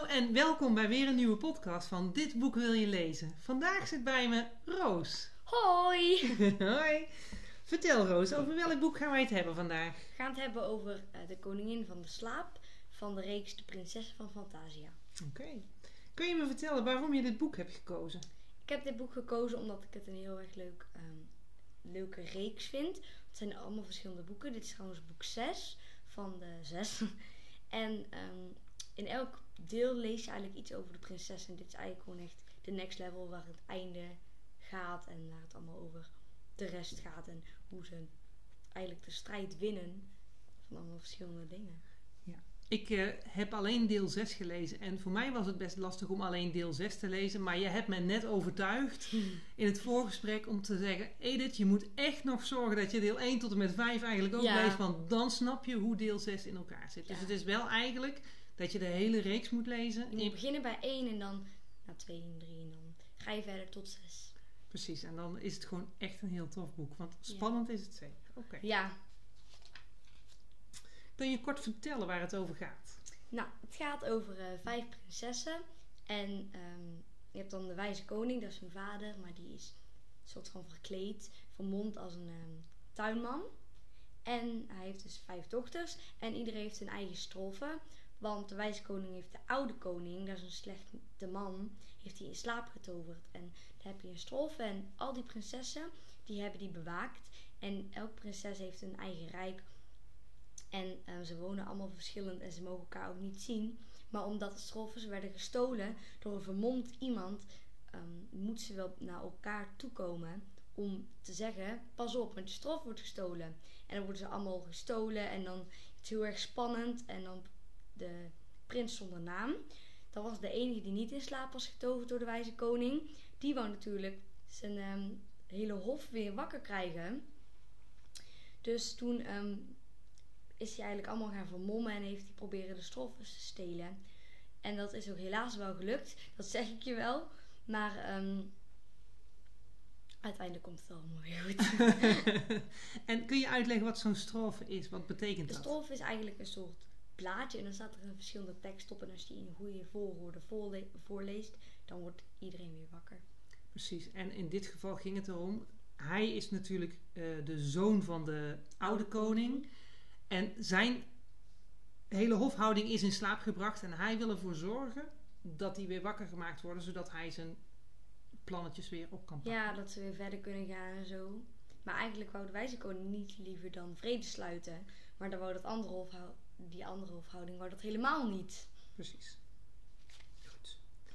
en welkom bij weer een nieuwe podcast van Dit Boek Wil Je Lezen. Vandaag zit bij me Roos. Hoi! Hoi! Vertel Roos, over welk boek gaan wij het hebben vandaag? We gaan het hebben over de koningin van de slaap van de reeks De Prinsessen van Fantasia. Oké. Kun je me vertellen waarom je dit boek hebt gekozen? Ik heb dit boek gekozen omdat ik het een heel erg leuke reeks vind. Het zijn allemaal verschillende boeken. Dit is trouwens boek 6 van de 6. En in elk deel lees je eigenlijk iets over de prinses. En dit is eigenlijk gewoon echt de next level waar het einde gaat. En waar het allemaal over de rest gaat. En hoe ze eigenlijk de strijd winnen van allemaal verschillende dingen. Ja. Ik heb alleen deel 6 gelezen. En voor mij was het best lastig om alleen deel 6 te lezen. Maar je hebt me net overtuigd in het voorgesprek om te zeggen... Edith, je moet echt nog zorgen dat je deel 1 tot en met 5 eigenlijk ook leest. Want dan snap je hoe deel 6 in elkaar zit. Ja. Dus het is wel eigenlijk dat je de hele reeks moet lezen. Je moet beginnen bij 1 en dan 2 en 3 en dan ga je verder tot 6. Precies, en dan is het gewoon echt een heel tof boek. Want spannend is het zeker. Oké. Ja. Kun je kort vertellen waar het over gaat? Nou, het gaat over 5 prinsessen. En je hebt dan de wijze koning, dat is hun vader. Maar die is een soort van verkleed, vermomd als een tuinman. En hij heeft dus 5 dochters. En iedereen heeft zijn eigen strofe. Want de wijze koning heeft de oude koning, dat is een slechte man, heeft hij in slaap getoverd. En daar heb je een strofe. En al die prinsessen, die hebben die bewaakt. En elke prinses heeft een eigen rijk. En ze wonen allemaal verschillend en ze mogen elkaar ook niet zien. Maar omdat de strofes werden gestolen door een vermomd iemand, moeten ze wel naar elkaar toekomen om te zeggen, pas op, want de strof wordt gestolen. En dan worden ze allemaal gestolen en dan is het heel erg spannend. En dan de prins zonder naam, dat was de enige die niet in slaap was getoverd door de wijze koning. Die wou natuurlijk zijn hele hof weer wakker krijgen. Dus toen is hij eigenlijk allemaal gaan vermommen en heeft hij proberen de strofes te stelen. En dat is ook helaas wel gelukt, dat zeg ik je wel. Maar uiteindelijk komt het allemaal weer goed. En kun je uitleggen wat zo'n strofe is? Wat betekent dat? De strofe is eigenlijk een soort plaatje en dan staat er een verschillende tekst op. En als je die in een goede volgorde voorleest, dan wordt iedereen weer wakker. Precies, en in dit geval ging het erom, hij is natuurlijk de zoon van de oude koning. En zijn hele hofhouding is in slaap gebracht. En hij wil ervoor zorgen dat die weer wakker gemaakt worden. Zodat hij zijn plannetjes weer op kan pakken. Ja, dat ze weer verder kunnen gaan en zo. Maar eigenlijk wou de wijze koning niet liever dan vrede sluiten. Maar dan wou die andere hofhouding wou dat helemaal niet. Precies. Goed.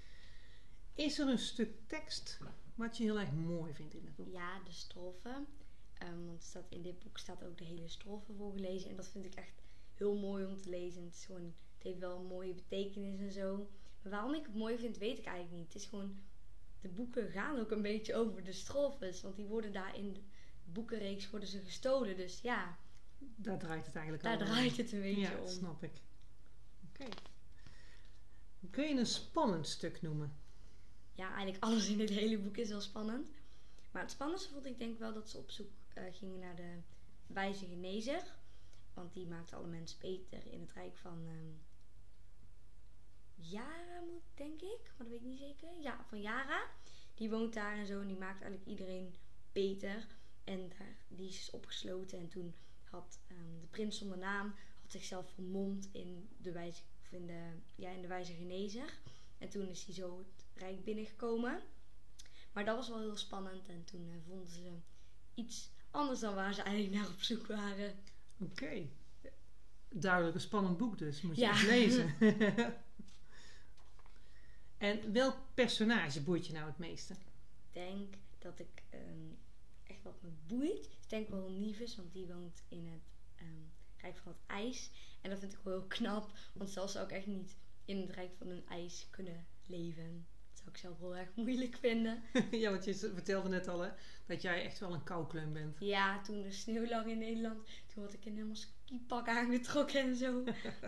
Is er een stuk tekst wat je heel erg mooi vindt in het boek? Ja, de strofe. Want in dit boek staat ook de hele strofe voorgelezen. En dat vind ik echt heel mooi om te lezen. Het heeft wel een mooie betekenis en zo. Maar waarom ik het mooi vind, weet ik eigenlijk niet. Het is gewoon, de boeken gaan ook een beetje over de strofes. Want die worden daar in de boekenreeks worden ze gestolen. Dus ja. Daar draait het eigenlijk daar draait het een beetje om. Ja, dat snap ik. Oké. Kun je een spannend stuk noemen? Ja, eigenlijk alles in dit hele boek is wel spannend. Maar het spannendste vond ik denk wel dat ze op zoek gingen naar de wijze genezer. Want die maakt alle mensen beter in het rijk van Yara, denk ik. Maar dat weet ik niet zeker. Ja, van Yara. Die woont daar en zo. En die maakt eigenlijk iedereen beter. En die is opgesloten. En toen had de prins zonder naam had zichzelf vermomd in de wijze genezer. En toen is hij zo het rijk binnengekomen. Maar dat was wel heel spannend. En toen vonden ze iets anders dan waar ze eigenlijk naar op zoek waren. Oké. Duidelijk een spannend boek dus. Moet je echt lezen. En welk personage boeit je nou het meeste? Ik denk dat ik echt wat me boeit. Ik denk wel Nives, want die woont in het Rijk van het IJs. En dat vind ik wel heel knap. Want zelfs zou ik echt niet in het Rijk van een IJs kunnen leven. Dat zou ik zelf heel erg moeilijk vinden. Ja, want je vertelde net al dat jij echt wel een koukleum bent. Ja, toen de sneeuw lag in Nederland, toen had ik een helemaal skipak aangetrokken en zo.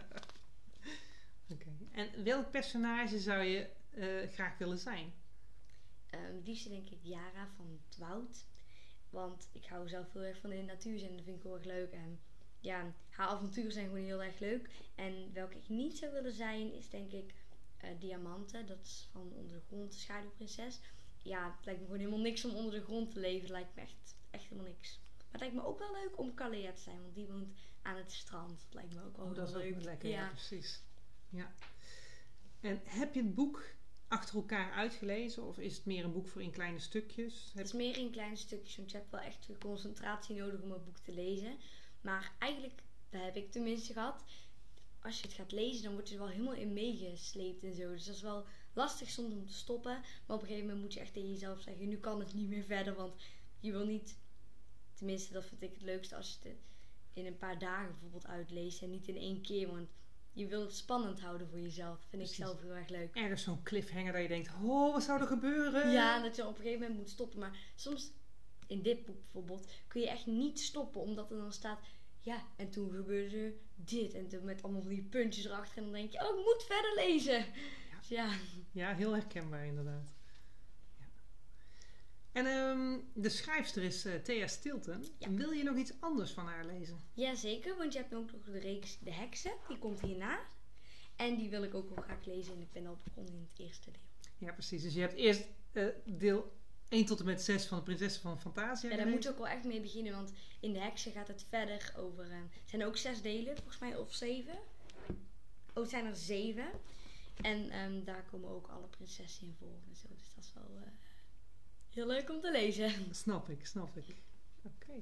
Oké. En welk personage zou je graag willen zijn? Het liefste denk ik Yara van het woud. Want ik hou zelf heel erg van in de natuur zijn. Dat vind ik heel erg leuk. En ja, haar avonturen zijn gewoon heel erg leuk. En welke ik niet zou willen zijn is denk ik Diamanten. Dat is van Onder de Grond, de Schaduwprinses. Ja, het lijkt me gewoon helemaal niks om onder de grond te leven. Het lijkt me echt helemaal niks. Maar het lijkt me ook wel leuk om Kalea te zijn. Want die woont aan het strand. Dat lijkt me ook wel dat is leuk. ook lekker, ja, precies. Ja. En heb je het boek achter elkaar uitgelezen? Of is het meer een boek voor in kleine stukjes? Het is meer in kleine stukjes. Want je hebt wel echt veel concentratie nodig om een boek te lezen. Maar eigenlijk, dat heb ik tenminste gehad. Als je het gaat lezen, dan word je er wel helemaal in meegesleept en zo. Dus dat is wel lastig soms om te stoppen. Maar op een gegeven moment moet je echt tegen jezelf zeggen, nu kan het niet meer verder. Want je wil niet, tenminste dat vind ik het leukste, als je het in een paar dagen bijvoorbeeld uitleest. En niet in 1 keer, want je wil het spannend houden voor jezelf. Dat vind ik zelf heel erg leuk. Ergens zo'n cliffhanger dat je denkt, oh, wat zou er gebeuren? Ja, dat je op een gegeven moment moet stoppen. Maar soms, in dit boek bijvoorbeeld, kun je echt niet stoppen. Omdat er dan staat, ja, en toen gebeurde er dit. En toen met allemaal van die puntjes erachter. En dan denk je, oh, ik moet verder lezen. Ja, dus ja. Ja, heel herkenbaar inderdaad. Ja. En de schrijfster is Thea Stilton. Ja. Wil je nog iets anders van haar lezen? Jazeker, want je hebt ook nog de reeks De Heksen. Die komt hierna. En die wil ik ook wel graag lezen. En ik ben al begonnen in het eerste deel. Ja, precies. Dus je hebt eerst deel 1 tot en met 6 van de Prinsessen van Fantasia. Ja, daar moet je ook wel echt mee beginnen. Want in De Heksen gaat het verder over... het zijn ook 6 delen, volgens mij, of 7. Oh, het zijn er 7. En daar komen ook alle prinsessen in voor en zo. Dus dat is wel heel leuk om te lezen. Snap ik. Oké.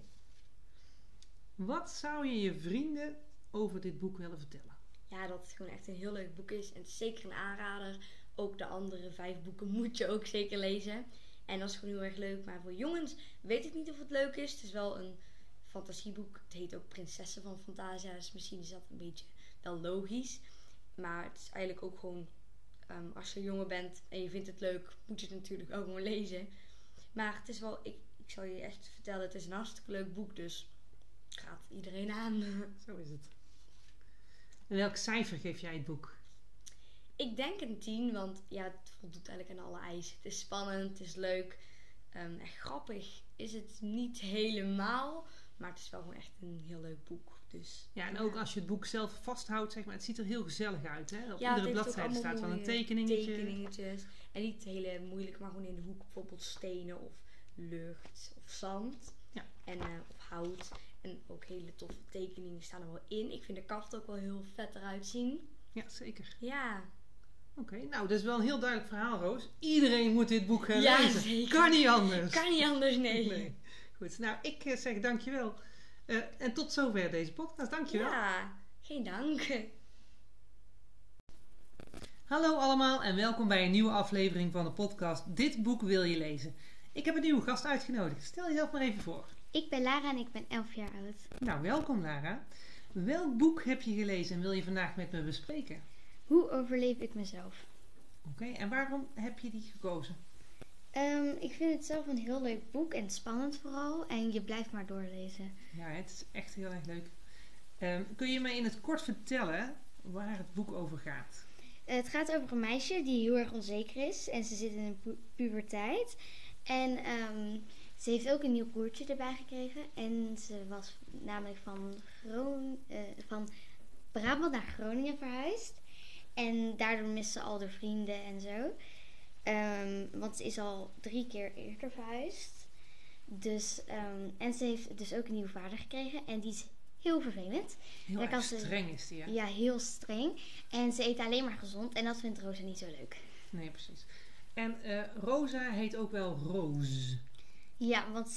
Wat zou je je vrienden over dit boek willen vertellen? Ja, dat het gewoon echt een heel leuk boek is. En het is zeker een aanrader. Ook de andere 5 boeken moet je ook zeker lezen. En dat is gewoon heel erg leuk. Maar voor jongens weet ik niet of het leuk is. Het is wel een fantasieboek. Het heet ook Prinsessen van Fantasia. Dus misschien is dat een beetje wel logisch. Maar het is eigenlijk ook gewoon... als je jonger bent en je vindt het leuk, moet je het natuurlijk ook gewoon lezen. Maar het is wel... Ik zal je echt vertellen, het is een hartstikke leuk boek. Dus gaat iedereen aan. Zo is het. En welk cijfer geef jij het boek? Ik denk een 10, want ja, het voldoet eigenlijk aan alle eisen. Het is spannend, het is leuk. Echt grappig is het niet helemaal. Maar het is wel gewoon echt een heel leuk boek. Dus, ja, en ook als je het boek zelf vasthoudt, zeg maar, het ziet er heel gezellig uit. Hè? Op ja, iedere bladzijde staat wel een tekeningetjes. En niet hele moeilijk, maar gewoon in de hoek bijvoorbeeld stenen of lucht of zand. Ja. En, of hout. En ook hele toffe tekeningen staan er wel in. Ik vind de kaft ook wel heel vet eruit zien. Ja, zeker. Ja. Oké, nou, dat is wel een heel duidelijk verhaal, Roos. Iedereen moet dit boek gaan ja, lezen. Zeker. Kan niet anders. Kan niet anders, nee. Goed, nou, ik zeg dankjewel. En tot zover deze podcast. Dankjewel. Ja, geen dank. Hallo allemaal en welkom bij een nieuwe aflevering van de podcast Dit boek wil je lezen. Ik heb een nieuwe gast uitgenodigd. Stel jezelf maar even voor. Ik ben Lara en ik ben 11 jaar oud. Nou, welkom Lara. Welk boek heb je gelezen en wil je vandaag met me bespreken? Hoe overleef ik mezelf? Oké, en waarom heb je die gekozen? Ik vind het zelf een heel leuk boek en spannend vooral. En je blijft maar doorlezen. Ja, het is echt heel erg leuk. Kun je mij in het kort vertellen waar het boek over gaat? Het gaat over een meisje die heel erg onzeker is. En ze zit in een puberteit. En ze heeft ook een nieuw broertje erbij gekregen. En ze was namelijk van Brabant naar Groningen verhuisd. En daardoor mist ze al haar vrienden en zo. Want ze is al 3 keer eerder verhuisd. Dus, en ze heeft dus ook een nieuwe vader gekregen. En die is heel vervelend. Heel erg streng is die, ja. Ja, heel streng. En ze eet alleen maar gezond. En dat vindt Rosa niet zo leuk. Nee, precies. En Rosa heet ook wel Roos. Ja, want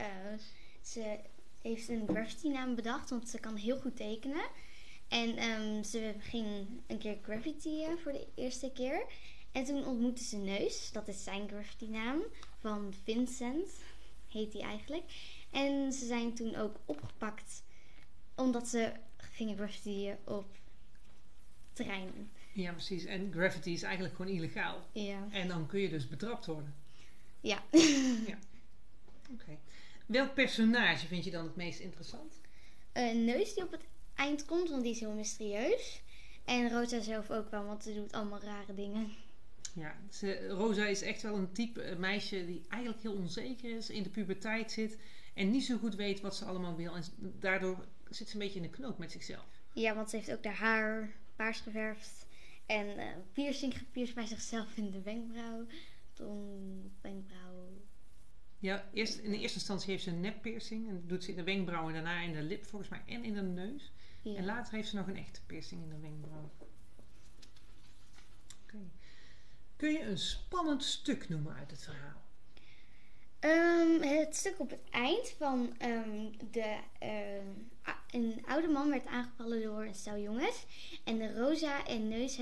ze heeft een graffiti naam bedacht. Want ze kan heel goed tekenen. En ze ging een keer graffitiën voor de eerste keer. En toen ontmoette ze Neus. Dat is zijn graffiti naam. Van Vincent heet hij eigenlijk. En ze zijn toen ook opgepakt. Omdat ze gingen graffitiën op terreinen. Ja, precies. En graffiti is eigenlijk gewoon illegaal. Ja. En dan kun je dus betrapt worden. Ja. Ja. Oké. Welk personage vind je dan het meest interessant? Neus die op het eind komt, want die is heel mysterieus. En Rosa zelf ook wel, want ze doet allemaal rare dingen. Ja, Rosa is echt wel een type meisje die eigenlijk heel onzeker is, in de puberteit zit en niet zo goed weet wat ze allemaal wil. En daardoor zit ze een beetje in de knoop met zichzelf. Ja, want ze heeft ook haar haar paars geverfd. En piercing gepierst bij zichzelf in de wenkbrauw. Wenkbrauw. Ja, in de eerste instantie heeft ze een neppiercing. En doet ze in de wenkbrauw en daarna in de lip volgens mij en in de neus. Ja. En later heeft ze nog een echte piercing in de wenkbrauw. Oké. Kun je een spannend stuk noemen uit het verhaal? Het stuk op het eind van een oude man werd aangevallen door een stel jongens. En de Rosa en Neus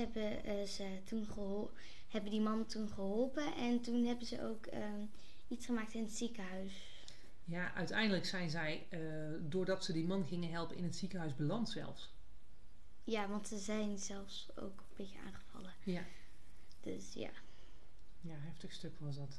hebben die man toen geholpen. En toen hebben ze ook iets gemaakt in het ziekenhuis. Ja, uiteindelijk zijn zij, doordat ze die man gingen helpen, in het ziekenhuis beland zelfs. Ja, want ze zijn zelfs ook een beetje aangevallen. Ja. Dus ja. Ja, heftig stuk was dat.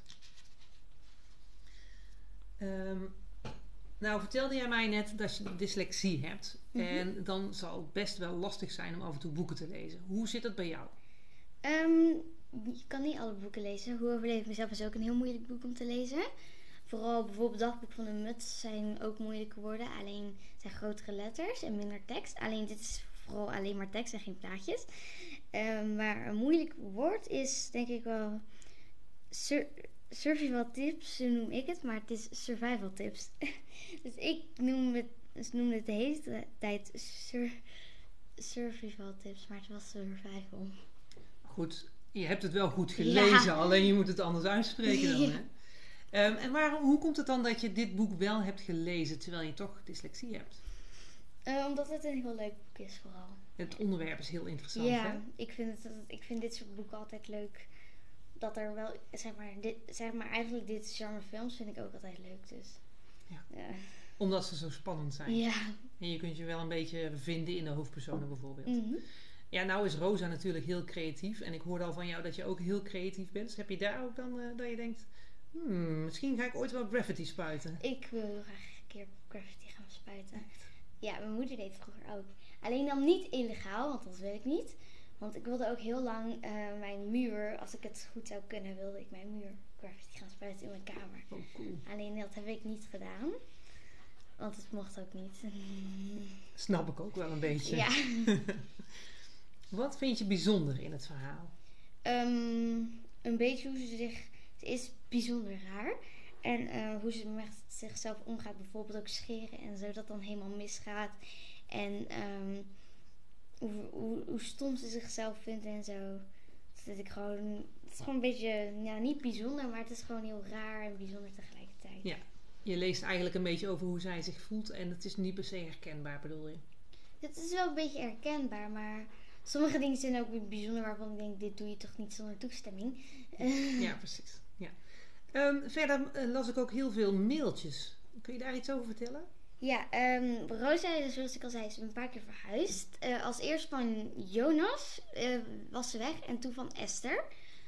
Nou, vertelde jij mij net dat je dyslexie hebt. Mhm. En dan zal het best wel lastig zijn om af en toe boeken te lezen. Hoe zit het bij jou? Je kan niet alle boeken lezen. Hoe overleef ik mezelf is ook een heel moeilijk boek om te lezen. Vooral bijvoorbeeld Dagboek van de Muts zijn ook moeilijke woorden. Alleen het zijn grotere letters en minder tekst. Alleen dit is vooral alleen maar tekst en geen plaatjes. Maar een moeilijk woord is denk ik wel survival tips, zo noem ik het. Maar het is survival tips. Dus ik noem het de hele tijd survival tips. Maar het was survival. Goed, je hebt het wel goed gelezen, Ja. alleen je moet het anders uitspreken dan, Ja. hè? En hoe komt het dan dat je dit boek wel hebt gelezen, terwijl je toch dyslexie hebt? Omdat het een heel leuk boek is vooral. Het onderwerp is heel interessant, Ja, hè? ik vind dit soort boeken altijd leuk. Dat er wel, zeg maar eigenlijk dit genre films vind ik ook altijd leuk. Dus. Ja. Ja. Omdat ze zo spannend zijn. Ja. En je kunt je wel een beetje vinden in de hoofdpersonen bijvoorbeeld. Mhm. Ja, nou is Rosa natuurlijk heel creatief. En ik hoorde al van jou dat je ook heel creatief bent. Dus heb je daar ook dan dat je denkt... misschien ga ik ooit wel graffiti spuiten. Ik wil heel graag een keer graffiti gaan spuiten. Ja, mijn moeder deed het vroeger ook. Alleen dan niet illegaal, want dat wil ik niet. Want ik wilde ook heel lang mijn muur, als ik het goed zou kunnen, wilde ik mijn muur graffiti gaan spuiten in mijn kamer. Oh, cool. Alleen dat heb ik niet gedaan. Want het mocht ook niet. Snap ik ook wel een beetje. Ja. Wat vind je bijzonder in het verhaal? Een beetje hoe ze zich... Het is bijzonder raar. En hoe ze met zichzelf omgaat. Bijvoorbeeld ook scheren en zo. Dat dan helemaal misgaat. En hoe stom ze zichzelf vindt en zo. Dat ik gewoon... Het is gewoon een beetje... Nou, niet bijzonder. Maar het is gewoon heel raar en bijzonder tegelijkertijd. Ja. Je leest eigenlijk een beetje over hoe zij zich voelt. En het is niet per se herkenbaar, bedoel je? Het is wel een beetje herkenbaar. Maar sommige dingen zijn ook weer bijzonder. Waarvan ik denk, dit doe je toch niet zonder toestemming. Ja, precies. Ja. Verder las ik ook heel veel mailtjes. Kun je daar iets over vertellen? Ja, Rosa, zoals ik al zei, is een paar keer verhuisd. Als eerst van Jonas was ze weg en toen van Esther.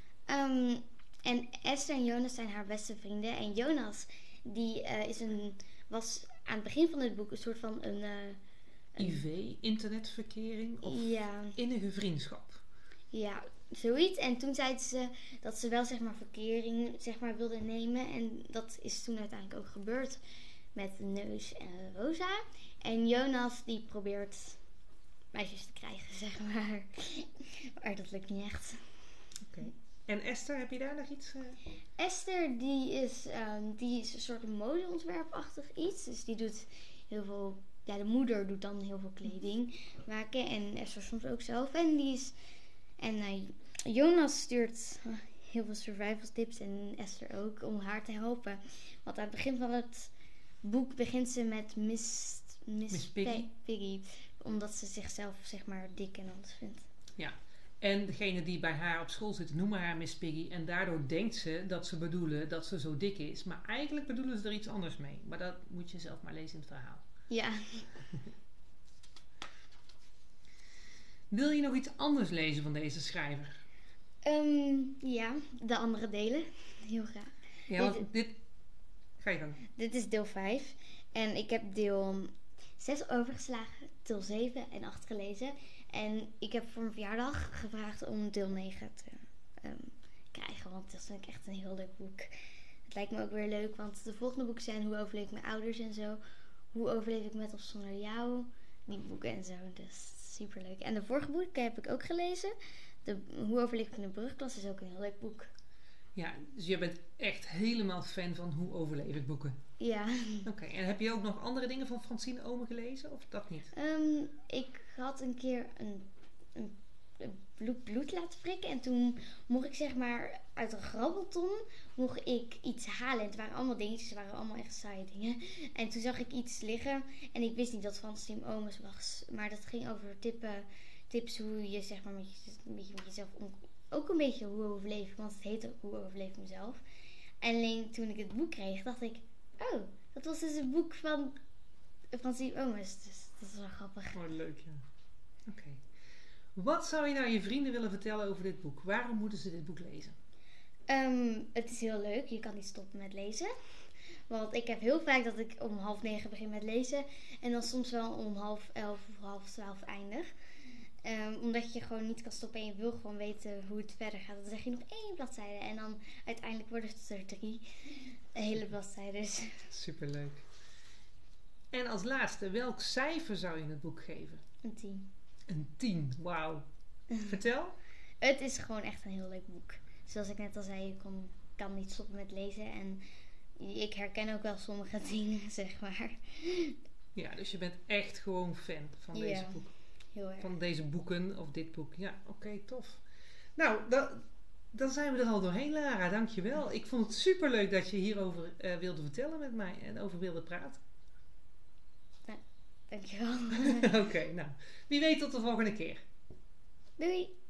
En Esther en Jonas zijn haar beste vrienden. En Jonas, die was aan het begin van het boek een soort van een IV, internetverkering of ja, innige vriendschap. ja, zoiets. En toen zei ze dat ze wel zeg maar verkering zeg maar wilde nemen. En dat is toen uiteindelijk ook gebeurd met Neus en Rosa. En Jonas die probeert meisjes te krijgen, zeg maar. Maar dat lukt niet echt. Oké. En Esther, heb je daar nog iets? Esther die is een soort modeontwerpachtig iets. Dus die doet heel veel... Ja, de moeder doet dan heel veel kleding maken. En Esther soms ook zelf. En Jonas stuurt heel veel survival tips. En Esther ook, om haar te helpen. Want aan het begin van het boek begint ze met Miss Piggy. Omdat ze zichzelf zeg maar dik en alles vindt. Ja. En degene die bij haar op school zit noemen haar Miss Piggy. En daardoor denkt ze dat ze bedoelen dat ze zo dik is. Maar eigenlijk bedoelen ze er iets anders mee. Maar dat moet je zelf maar lezen in het verhaal. Ja. Wil je nog iets anders lezen van deze schrijver? Ja, de andere delen. Heel graag. Ja, want dit... Ga je gang. Dit is deel 5. En ik heb deel 6 overgeslagen, deel 7 en 8 gelezen. En ik heb voor mijn verjaardag gevraagd om deel 9 te krijgen. Want dat vind ik echt een heel leuk boek. Het lijkt me ook weer leuk, want de volgende boeken zijn Hoe overleef ik mijn ouders en zo. Hoe overleef ik met of zonder jou. Die boeken en zo. Dus super leuk. En de vorige boek heb ik ook gelezen. Hoe overleef ik in de brugklas is ook een heel leuk boek. Ja, dus je bent echt helemaal fan van Hoe overleef ik boeken. Ja. Oké, en heb je ook nog andere dingen van Francine Omen gelezen? Of dat niet? Ik had een keer een bloed laten prikken. En toen mocht ik zeg maar uit een grabbelton mocht ik iets halen. En het waren allemaal dingetjes, het waren allemaal echt saaie dingen. En toen zag ik iets liggen. En ik wist niet dat het Francine Omen was. Maar dat ging over tips hoe je zeg maar een beetje met jezelf ook een beetje hoe overleef ik. Want het heet ook Hoe overleef ik mezelf. En alleen toen ik het boek kreeg, dacht ik... Oh, dat was dus een boek van Francine Omen. Dus dat is wel grappig. Oh, leuk, ja. Oké. Wat zou je nou je vrienden willen vertellen over dit boek? Waarom moeten ze dit boek lezen? Het is heel leuk. Je kan niet stoppen met lezen. Want ik heb heel vaak dat ik om 8:30 begin met lezen. En dan soms wel om 10:30 of 11:30 eindig. Omdat je gewoon niet kan stoppen en je wil gewoon weten hoe het verder gaat. Dan zeg je nog 1 bladzijde. En dan uiteindelijk worden het er 3 hele bladzijden. Superleuk. En als laatste, welk cijfer zou je het boek geven? Een 10. Een 10, wauw. Vertel. Het is gewoon echt een heel leuk boek. Zoals ik net al zei, je kan niet stoppen met lezen. En ik herken ook wel sommige dingen, zeg maar. Ja, dus je bent echt gewoon fan van deze boek. Heel erg. Van deze boeken of dit boek. Ja, oké, tof. Nou, dan zijn we er al doorheen, Lara. Dankjewel. Ik vond het superleuk dat je hierover wilde vertellen met mij en over wilde praten. Dankjewel. Oké, nou. Wie weet tot de volgende keer. Doei!